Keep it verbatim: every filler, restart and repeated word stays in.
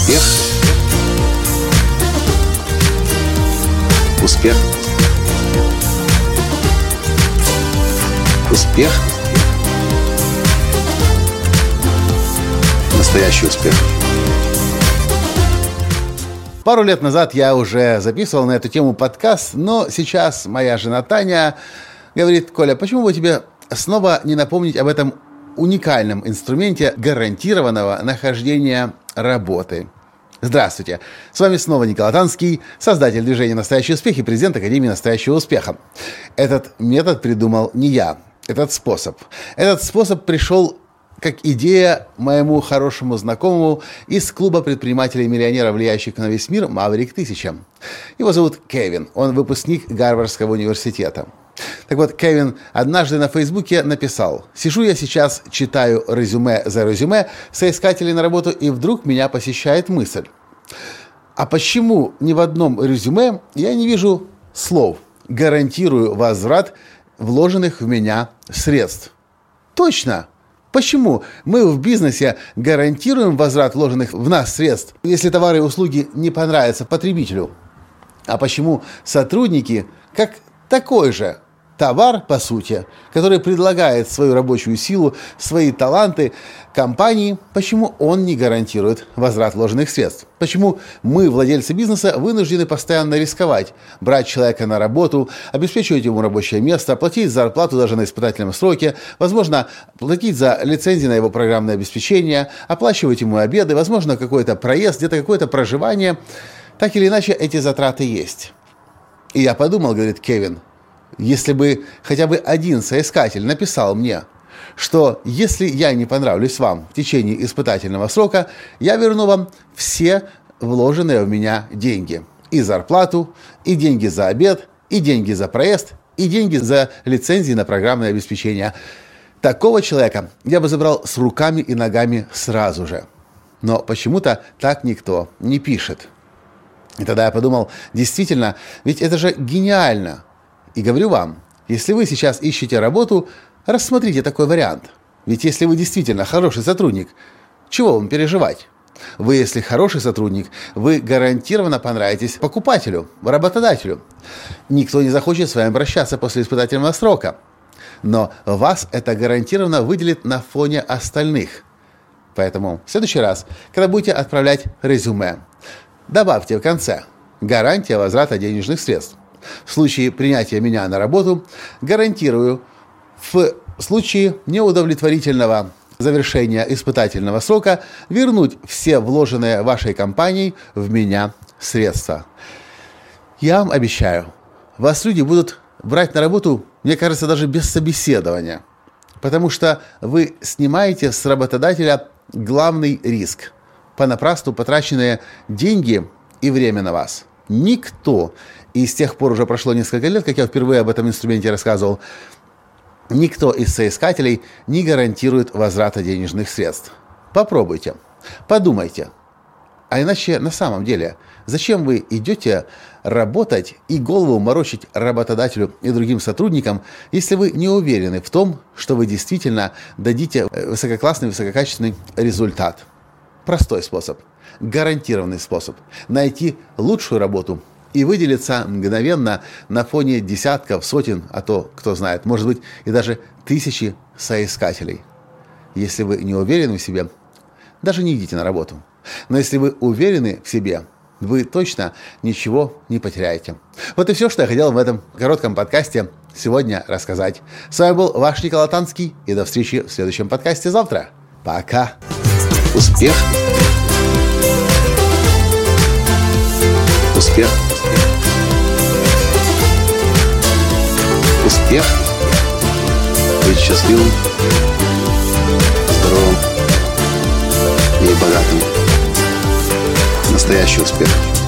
Успех. Успех. Успех. Настоящий успех. Пару лет назад я уже записывал на эту тему подкаст, но сейчас моя жена Таня говорит: Коля, почему бы тебе снова не напомнить об этом уникальном инструменте гарантированного нахождения работы? Здравствуйте! С вами снова Николай Танский, создатель движения «Настоящий успех» и президент Академии «Настоящего успеха». Этот метод придумал не я, этот способ. Этот способ пришел как идея моему хорошему знакомому из клуба предпринимателей-миллионеров, влияющих на весь мир, «Маврик тысяча». Его зовут Кевин, он выпускник Гарвардского университета. Так вот, Кевин однажды на Фейсбуке написал: «Сижу я сейчас, читаю резюме за резюме соискателей на работу, и вдруг меня посещает мысль: а почему ни в одном резюме я не вижу слов «гарантирую возврат вложенных в меня средств»?» Точно! Почему мы в бизнесе гарантируем возврат вложенных в нас средств, если товары и услуги не понравятся потребителю? А почему сотрудники, как такой же товар, по сути, который предлагает свою рабочую силу, свои таланты компании, почему он не гарантирует возврат вложенных средств? Почему мы, владельцы бизнеса, вынуждены постоянно рисковать, брать человека на работу, обеспечивать ему рабочее место, платить зарплату даже на испытательном сроке, возможно, платить за лицензии на его программное обеспечение, оплачивать ему обеды, возможно, какой-то проезд, где-то какое-то проживание? Так или иначе, эти затраты есть. И я подумал, говорит Кевин, если бы хотя бы один соискатель написал мне, что если я не понравлюсь вам в течение испытательного срока, я верну вам все вложенные в меня деньги. И зарплату, и деньги за обед, и деньги за проезд, и деньги за лицензии на программное обеспечение. Такого человека я бы забрал с руками и ногами сразу же. Но почему-то так никто не пишет. И тогда я подумал, действительно, ведь это же гениально. И говорю вам, если вы сейчас ищете работу, рассмотрите такой вариант. Ведь если вы действительно хороший сотрудник, чего вам переживать? Вы, если хороший сотрудник, вы гарантированно понравитесь покупателю, работодателю. Никто не захочет с вами обращаться после испытательного срока. Но вас это гарантированно выделит на фоне остальных. Поэтому в следующий раз, когда будете отправлять резюме, добавьте в конце «гарантия возврата денежных средств». В случае принятия меня на работу гарантирую в случае неудовлетворительного завершения испытательного срока вернуть все вложенные вашей компанией в меня средства. Я вам обещаю, вас люди будут брать на работу, мне кажется, даже без собеседования, потому что вы снимаете с работодателя главный риск – понапрасну потраченные деньги и время на вас. Никто, и с тех пор уже прошло несколько лет, как я впервые об этом инструменте рассказывал, никто из соискателей не гарантирует возврата денежных средств. Попробуйте, подумайте. А иначе на самом деле, зачем вы идете работать и голову морочить работодателю и другим сотрудникам, если вы не уверены в том, что вы действительно дадите высококлассный, высококачественный результат? Простой способ, гарантированный способ найти лучшую работу и выделиться мгновенно на фоне десятков, сотен, а то, кто знает, может быть, и даже тысячи соискателей. Если вы не уверены в себе, даже не идите на работу. Но если вы уверены в себе, вы точно ничего не потеряете. Вот и все, что я хотел в этом коротком подкасте сегодня рассказать. С вами был ваш Николай Танский, и до встречи в следующем подкасте завтра. Пока! Успех. Успех. Успех. Быть счастливым, здоровым и богатым. Настоящий успех.